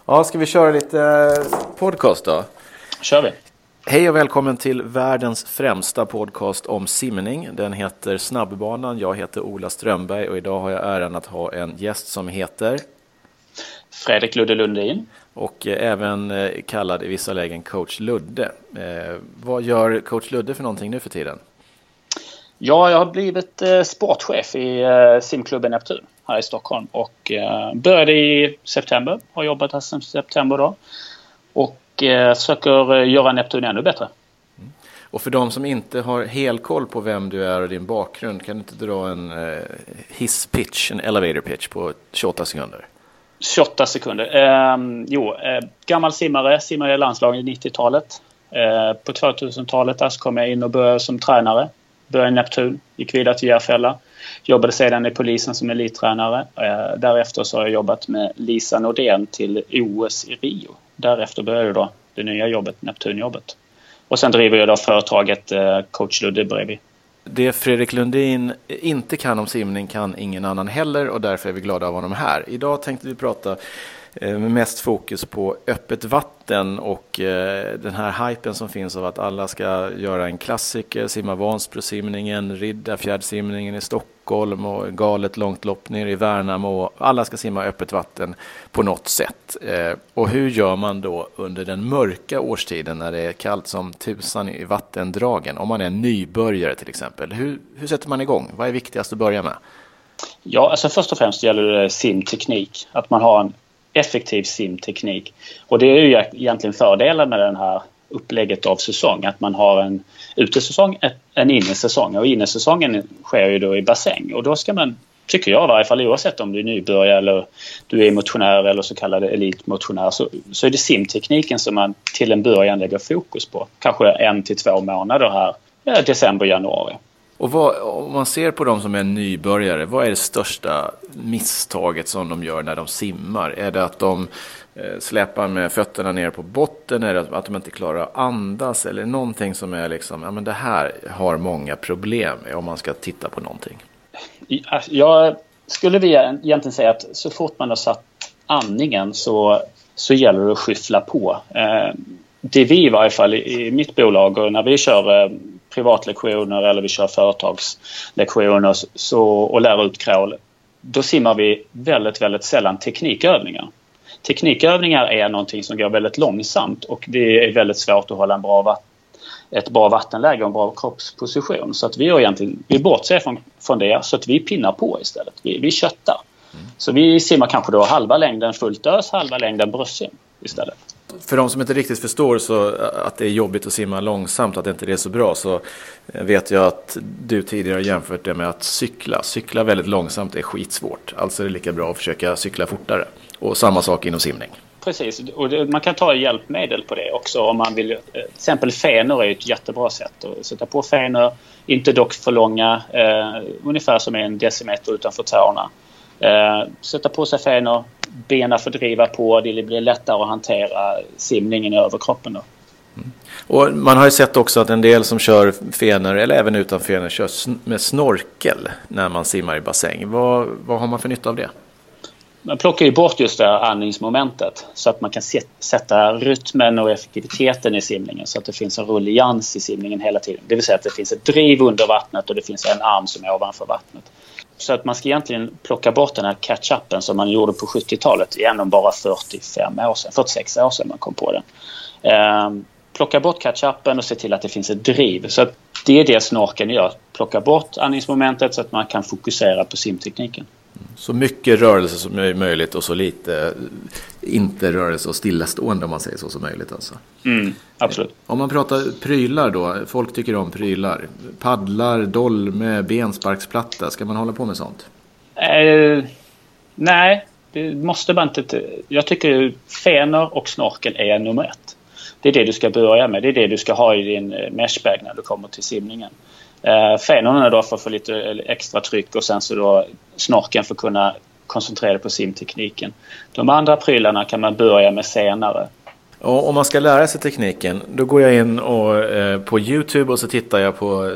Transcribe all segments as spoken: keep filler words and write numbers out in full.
Ja, ska vi köra lite podcast då? Kör vi. Hej och välkommen till världens främsta podcast om simning. Den heter Snabbbanan. Jag heter Ola Strömberg och idag har jag äran att ha en gäst som heter Fredrik Ludde Lundin. Och eh, även eh, kallad i vissa lägen Coach Ludde. Eh, vad gör Coach Ludde för någonting nu för tiden? Ja, jag har blivit eh, sportchef i eh, simklubben Neptun här i Stockholm. Och eh, började i september. Har jobbat här sedan september då. Och eh, försöker göra Neptun ännu bättre. Mm. Och för de som inte har helkoll på vem du är och din bakgrund, kan du inte dra en eh, hisspitch, en elevator pitch på tjugoåtta sekunder? tjugoåtta sekunder. Eh, jo, eh, gammal simmare, simmare i landslaget i nittiotalet. Eh, på tvåtusentalet där så kom jag in och började som tränare. Började i Neptun, gick vidare till Järfälla. Jobbade sedan i polisen som elittränare. Eh, därefter så har jag jobbat med Lisa Nordén till O S i Rio. Därefter började då det nya jobbet, Neptunjobbet. Och sen driver jag då företaget eh, Coach Ludde bredvid. Det Fredrik Lundin inte kan om simning kan ingen annan heller och därför är vi glada av honom här. Idag tänkte vi prata med mest fokus på öppet vatten och eh, den här hypen som finns av att alla ska göra en klassiker, simma Vansbrosimningen, Riddarfjärdsimningen i Stockholm och galet långt lopp ner i Värnamo och alla ska simma öppet vatten på något sätt. Eh, och hur gör man då under den mörka årstiden när det är kallt som tusan i vattendragen, om man är nybörjare till exempel? Hur, hur sätter man igång? Vad är viktigast att börja med? Ja, alltså först och främst gäller det simteknik, att man har en effektiv simteknik. Och det är ju egentligen fördelen med den här upplägget av säsong. Att man har en utesäsong, en innesäsong. Och innesäsongen sker ju då i bassäng. Och då ska man, tycker jag i varje fall, oavsett om du är nybörjare eller du är motionär eller så kallad elitmotionär, så, så är det simtekniken som man till en början lägger fokus på. Kanske en till två månader här, ja, december, januari. Och vad, om man ser på de som är nybörjare, vad är det största misstaget som de gör när de simmar? Är det att de eh, släpar med fötterna ner på botten? Är det att de inte klarar att andas? Eller någonting som är liksom, ja men det här har många problem med om man ska titta på någonting? Jag skulle vi egentligen säga att så fort man har satt andningen så, så gäller det att skyffla på. Eh, det är vi i varje fall i, i mitt bolag, och när vi kör eh, privatlektioner eller vi kör företagslektioner så, och lär ut crawl, då simmar vi väldigt, väldigt sällan teknikövningar. Teknikövningar är någonting som går väldigt långsamt och det är väldigt svårt att hålla en bra vatt- ett bra vattenläge och en bra kroppsposition. Så att vi, egentligen, vi bortser från, från det så att vi pinnar på istället. Vi, vi köttar. Mm. Så vi simmar kanske då halva längden fullt ös, halva längden bröstsim istället. För de som inte riktigt förstår så att det är jobbigt att simma långsamt, att inte det är så bra, så vet jag att du tidigare har jämfört det med att cykla. Cykla väldigt långsamt är skitsvårt. Alltså är det lika bra att försöka cykla fortare. Och samma sak inom simning. Precis, och det, man kan ta hjälpmedel på det också om man vill. Till exempel fenor är ett jättebra sätt att sätta på fenor. Inte dock för långa, eh, ungefär som en decimeter utanför tårna. Eh, sätta på sig fenor, bena får driva på, det blir lättare att hantera simningen i överkroppen då. Mm. Och man har ju sett också att en del som kör fenor eller även utan fenor kör med snorkel när man simmar i bassäng. Vad, vad har man för nytta av det? Man plockar ju bort just det här andningsmomentet så att man kan sätta rytmen och effektiviteten i simningen så att det finns en rullians i simningen hela tiden. Det vill säga att det finns ett driv under vattnet och det finns en arm som är ovanför vattnet. Så att man ska egentligen plocka bort den här catch-upen som man gjorde på sjuttiotalet genom bara fyrtiofem år sedan, fyrtiosex år sedan man kom på den. Ehm, plocka bort catch-upen och se till att det finns ett driv. Så att det är det snorkeln gör. Plocka bort andningsmomentet så att man kan fokusera på simtekniken. Så mycket rörelse som är möjligt och så lite inte rörelse och stillastående om man säger så som möjligt alltså. Mm, absolut. Om man pratar prylar då, folk tycker om prylar. Paddlar, dolme, bensparksplatta, ska man hålla på med sånt? Eh, nej, det måste man inte. Jag tycker fenor och snorkel är nummer ett. Det är det du ska börja med, det är det du ska ha i din meshbag när du kommer till simningen. Eh, fenorna då för att få lite extra tryck och sen så då snorkeln för att kunna koncentrera dig på simtekniken. De andra prylarna kan man börja med senare. Och om man ska lära sig tekniken, då går jag in och, eh, på YouTube och så tittar jag på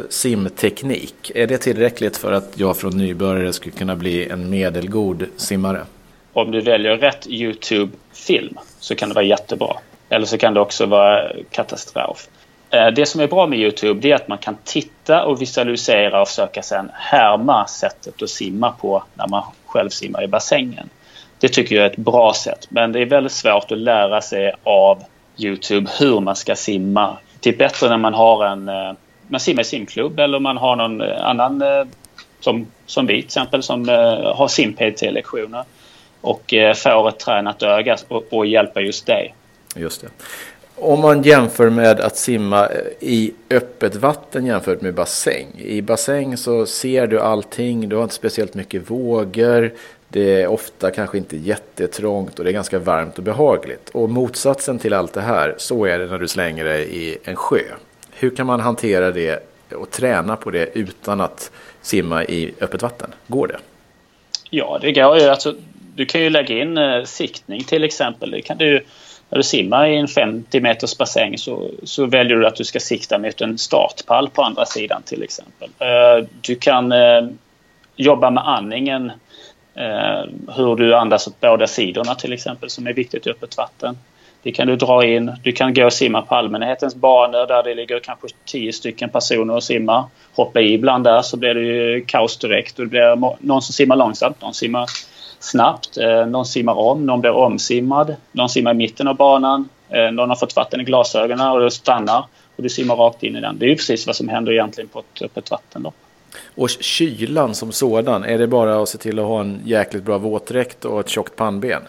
simteknik. Är det tillräckligt för att jag från nybörjare skulle kunna bli en medelgod simmare? om du väljer rätt YouTube-film så kan det vara jättebra. Eller så kan det också vara katastrof. Det som är bra med YouTube det är att man kan titta och visualisera och försöka sedan härma sättet att simma på när man själv simmar i bassängen. Det tycker jag är ett bra sätt. Men det är väldigt svårt att lära sig av YouTube hur man ska simma. Det är bättre när man har en man simmar i simklubb eller man har någon annan som, som vi till exempel som har sim-P T-lektioner och får ett tränat öga och, och hjälpa just dig. Just det. Om man jämför med att simma i öppet vatten jämfört med bassäng. I bassäng så ser du allting, du har inte speciellt mycket vågor. Det är ofta kanske inte jättetrångt och det är ganska varmt och behagligt. Och motsatsen till allt det här, så är det när du slänger dig i en sjö. Hur kan man hantera det och träna på det utan att simma i öppet vatten? Går det? Ja, det går ju. Alltså, du kan ju lägga in eh, siktning till exempel. Det kan du, när du simmar i en femtio meters bassäng så, så väljer du att du ska sikta mot en startpall på andra sidan till exempel. Eh, du kan eh, jobba med andningen. Eh, hur du andas åt båda sidorna till exempel som är viktigt i öppet vatten. Det kan du dra in. Du kan gå och simma på allmänhetens banor där det ligger kanske tio stycken personer och simma. Hoppa i ibland där så blir det ju kaos direkt. Och det blir någon som simmar långsamt, någon simmar snabbt, eh, någon simmar om, någon blir omsimmad, någon simmar i mitten av banan, eh, någon har fått vatten i glasögonen och du stannar och du simmar rakt in i den. Det är ju precis vad som händer egentligen på ett öppet vatten då. Och kylan som sådan, är det bara att se till att ha en jäkligt bra våtdräkt och ett tjockt pannben?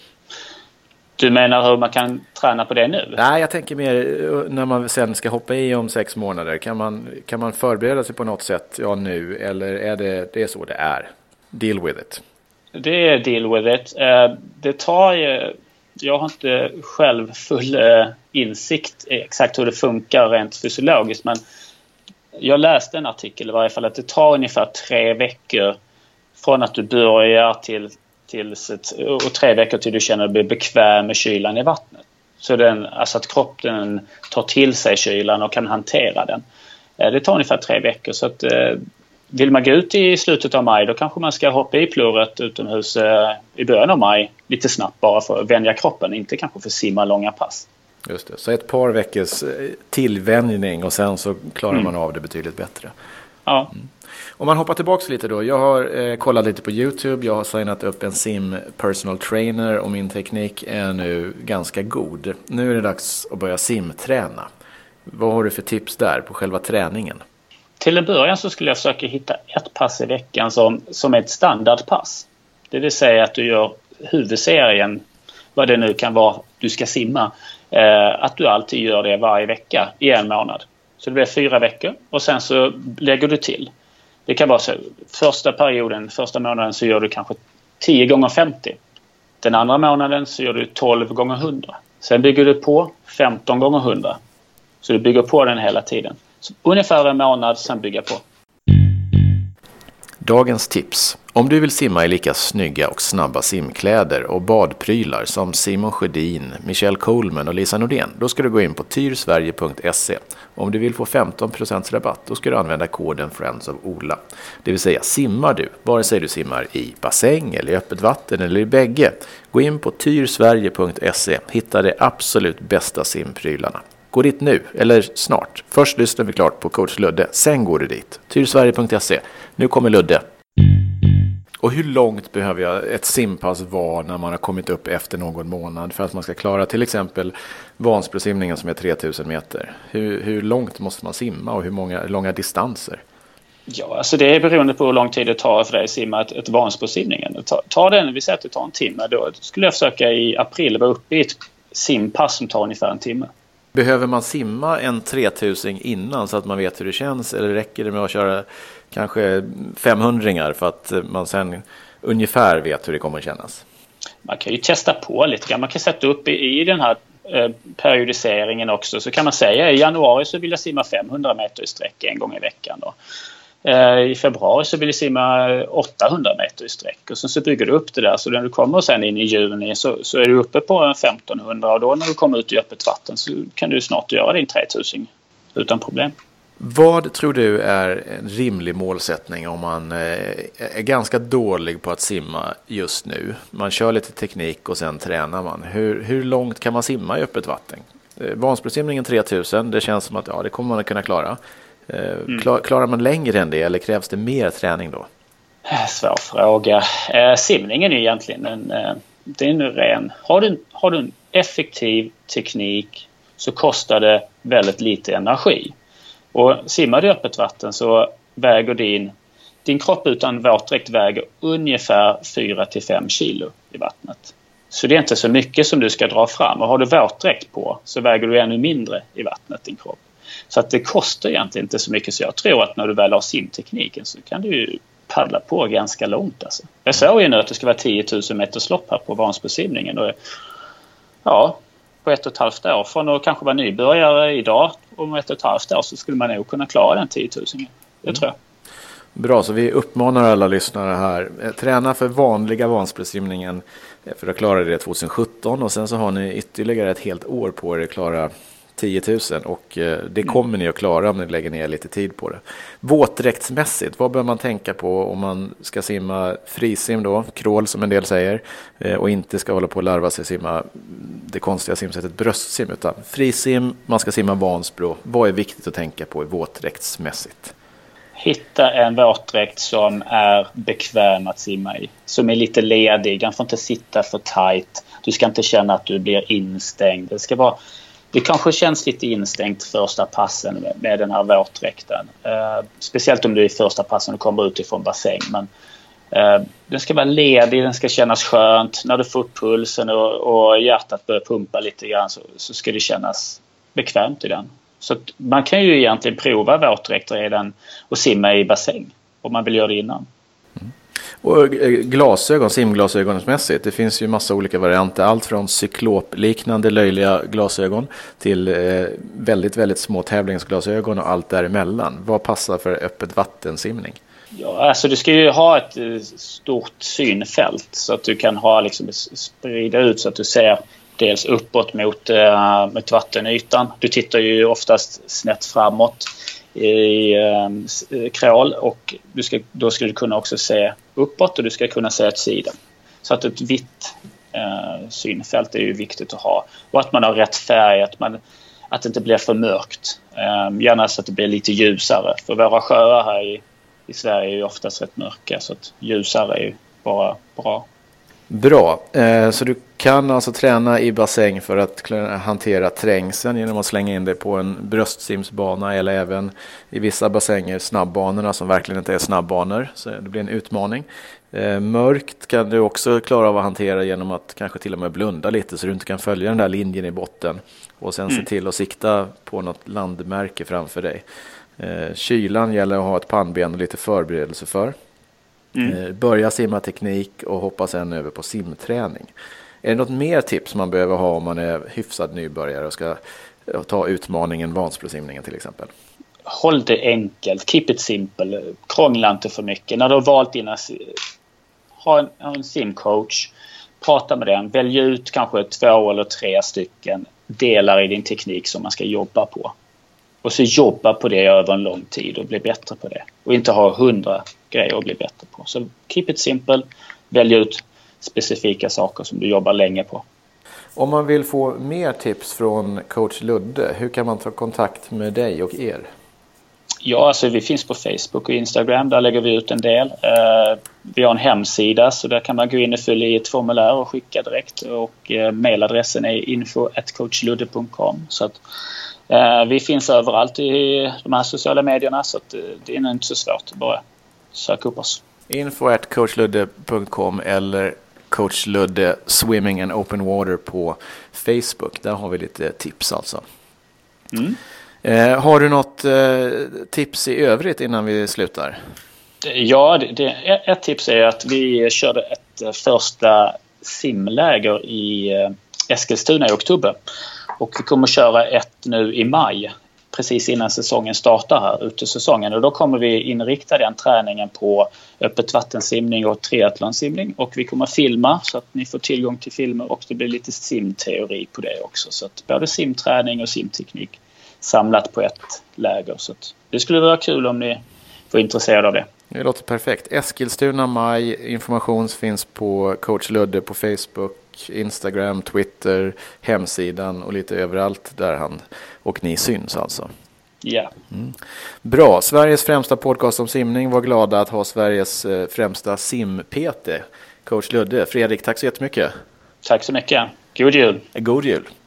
Du menar hur man kan träna på det nu? Nej, jag tänker mer när man sen ska hoppa i om sex månader. Kan man, kan man förbereda sig på något sätt ja, nu? Eller är det, det är så det är? Deal with it. Det är deal with it. Det tar ju... Jag har inte själv full insikt i exakt hur det funkar rent fysiologiskt. Men jag läste en artikel i varje fall att det tar ungefär tre veckor från att du börjar till... och tre veckor till du känner dig bekväm med kylan i vattnet. Så den, alltså att kroppen tar till sig kylan och kan hantera den. Det tar ungefär tre veckor. Så att, vill man gå ut i slutet av maj då kanske man ska hoppa i plurret utomhus i början av maj lite snabbt bara för att vänja kroppen. Inte kanske för att simma långa pass. Just det. Så ett par veckors tillvänjning och sen så klarar mm. man av det betydligt bättre. Ja. Mm. Om man hoppar tillbaka lite då. Jag har eh, kollat lite på YouTube. Jag har signat upp en sim personal trainer och min teknik är nu ganska god. Nu är det dags att börja simträna. Vad har du för tips där på själva träningen? Till en början så skulle jag försöka hitta ett pass i veckan som, som är ett standardpass. Det vill säga att du gör huvudserien, vad det nu kan vara du ska simma. Eh, att du alltid gör det varje vecka i en månad. Så det blir fyra veckor och sen så lägger du till. Det kan vara så. Första perioden, första månaden så gör du kanske tio gånger femtio. Den andra månaden så gör du tolv gånger hundra. Sen bygger du på femton gånger hundra. Så du bygger på den hela tiden. Så ungefär en månad, sen bygga på. Dagens tips. Om du vill simma i lika snygga och snabba simkläder och badprylar som Simon Sjödin, Michelle Coleman och Lisa Nordén, då ska du gå in på tyrsverige punkt se. Om du vill få femton procent rabatt, då ska du använda koden Friends of Ola. Det vill säga, simmar du, vare sig du simmar i bassäng eller i öppet vatten eller i bägge, gå in på tyrsverige punkt se. Hitta de absolut bästa simprylarna. Gå dit nu, eller snart. Först lyssnar vi klart på coach Ludde, sen går du dit. tyrsverige punkt se. Nu kommer Ludde. Och hur långt behöver jag ett simpass vara när man har kommit upp efter någon månad för att man ska klara till exempel Vansbrosimningen som är tre tusen meter? Hur, hur långt måste man simma och hur många långa distanser? Ja, alltså det är beroende på hur lång tid det tar för dig att simma ett, ett Vansbrosimningen. Ta, ta den, vi säger att det tar en timme, då skulle jag försöka i april vara uppe i ett simpass som tar ungefär en timme. Behöver man simma en tre tusen innan så att man vet hur det känns, eller räcker det med att köra kanske femhundringar för att man sen ungefär vet hur det kommer att kännas? Man kan ju testa på lite grann. Man kan sätta upp i, i den här eh, periodiseringen också. Så kan man säga i januari så vill jag simma femhundra meter i sträck en gång i veckan då. Eh, I februari så vill jag simma åttahundra meter i sträck. Och sen så bygger du upp det där. Så när du kommer sen in i juni så, så är du uppe på femtonhundra. Och då när du kommer ut i öppet vatten så kan du snart göra din tre tusen utan problem. Vad tror du är en rimlig målsättning om man är ganska dålig på att simma just nu? Man kör lite teknik och sen tränar man. Hur, hur långt kan man simma i öppet vatten? Vansbrosimningen tre tusen, det känns som att ja, det kommer man att kunna klara. Mm. Klarar man längre än det eller krävs det mer träning då? Svår fråga. Eh, simningen är egentligen en, eh, det är en ren... Har du, har du en effektiv teknik så kostar det väldigt lite energi. Och simmar du i öppet vatten så väger din, din kropp utan våtdräkt väger ungefär fyra till fem kilo i vattnet. Så det är inte så mycket som du ska dra fram. Och har du våtdräkt på så väger du ännu mindre i vattnet, din kropp. Så att det kostar egentligen inte så mycket. Så jag tror att när du väl har simtekniken så kan du ju paddla på ganska långt. Alltså. Jag såg ju nu att det ska vara tio tusen meters lopp här på Vansbrosimningen. Och ja, på ett och ett halvt år. Från att kanske vara nybörjare idag om ett och ett halvt år så skulle man nog kunna klara den tio tusen. Det mm. tror jag. Bra, så vi uppmanar alla lyssnare här. Träna för vanliga Vansbrosimningen för att klara det tjugohundrasjutton och sen så har ni ytterligare ett helt år på er att klara tio tusen och det kommer ni att klara om ni lägger ner lite tid på det. Våtdräktsmässigt, vad bör man tänka på om man ska simma frisim då, crawl som en del säger, och inte ska hålla på och larva sig simma det konstiga simsättet bröstsim, utan frisim, man ska simma Vansbro. Vad är viktigt att tänka på i våtdräktsmässigt? Hitta en våtdräkt som är bekväm att simma i. Som är lite ledig. Den får inte sitta för tight. Du ska inte känna att du blir instängd. Det ska vara... Det kanske känns lite instängt första passen med, med den här våtdräkten. Uh, speciellt om du är i första passen och kommer ut ifrån bassäng. Men uh, den ska vara ledig, den ska kännas skönt. När du får upp pulsen och, och hjärtat börjar pumpa lite grann så, så ska det kännas bekvämt i den. Så att man kan ju egentligen prova våtdräkt redan och simma i bassäng om man vill göra det innan. Mm. Och glasögon, simglasögonsmässigt, det finns ju massa olika varianter. Allt från cyklopliknande löjliga glasögon till eh, väldigt, väldigt små tävlingsglasögon och allt däremellan. Vad passar för öppet vattensimning? Ja, alltså du ska ju ha ett eh, stort synfält så att du kan ha liksom sprida ut så att du ser dels uppåt mot, äh, mot vattenytan. Du tittar ju oftast snett framåt i äh, krål och du ska, då ska du kunna också se uppåt och du ska kunna se åt sidan. Så att ett vitt äh, synfält är ju viktigt att ha. Och att man har rätt färg, att, man, att det inte blir för mörkt. Äh, gärna så att det blir lite ljusare. För våra sjöar här i, i Sverige är ju oftast rätt mörka så att ljusare är ju bara bra. Bra, eh, så du kan alltså träna i bassäng för att hantera trängseln genom att slänga in dig på en bröstsimsbana eller även i vissa bassänger snabbbanorna som verkligen inte är snabbbanor, så det blir en utmaning. Eh, mörkt kan du också klara av att hantera genom att kanske till och med blunda lite så du inte kan följa den där linjen i botten och sen mm. se till att sikta på något landmärke framför dig. Eh, kylan gäller att ha ett pannben och lite förberedelse för. Mm. Börja simma teknik och hoppa sen över på simträning. Är det något mer tips man behöver ha om man är hyfsad nybörjare och ska ta utmaningen Vansbrosimningen till exempel? Håll det enkelt, keep it simple, krångla inte för mycket. När du har valt dina, ha en, ha en simcoach, prata med den, välj ut kanske två eller tre stycken delar i din teknik som man ska jobba på. Och så jobba på det över en lång tid och bli bättre på det. Och inte ha hundra grejer att bli bättre på. Så keep it simple. Välj ut specifika saker som du jobbar länge på. Om man vill få mer tips från coach Ludde, hur kan man ta kontakt med dig och er? Ja, alltså vi finns på Facebook och Instagram. Där lägger vi ut en del. Uh, vi har en hemsida så där kan man gå in och fylla i ett formulär och skicka direkt. Och uh, mailadressen är info at coachludde punkt com. Så att uh, vi finns överallt i de här sociala medierna så att, uh, det är nog inte så svårt att bara söka upp oss. info at coachludde punkt com eller Coach Ludde Swimming and Open Water på Facebook. Där har vi lite tips alltså. Mm. Eh, har du något eh, tips i övrigt innan vi slutar? Ja, det, det, ett tips är att vi körde ett eh, första simläger i eh, Eskilstuna i oktober. Och vi kommer köra ett nu i maj. Precis innan säsongen startar här, utesäsongen. Och då kommer vi inrikta den träningen på öppet vattensimning och triathlonsimning. Och vi kommer filma så att ni får tillgång till filmer och det blir lite simteori på det också. Så att både simträning och simteknik samlat på ett läger. Så att det skulle vara kul om ni var intresserade av det. Det låter perfekt. Eskilstuna maj. Information finns på Coach Ludde på Facebook, Instagram, Twitter, hemsidan och lite överallt där han och ni syns alltså. Ja. Yeah. Mm. Bra. Sveriges främsta podcast om simning. Var glada att ha Sveriges främsta sim-P T, Coach Ludde. Fredrik, tack så jättemycket. Tack så mycket. God jul. God jul.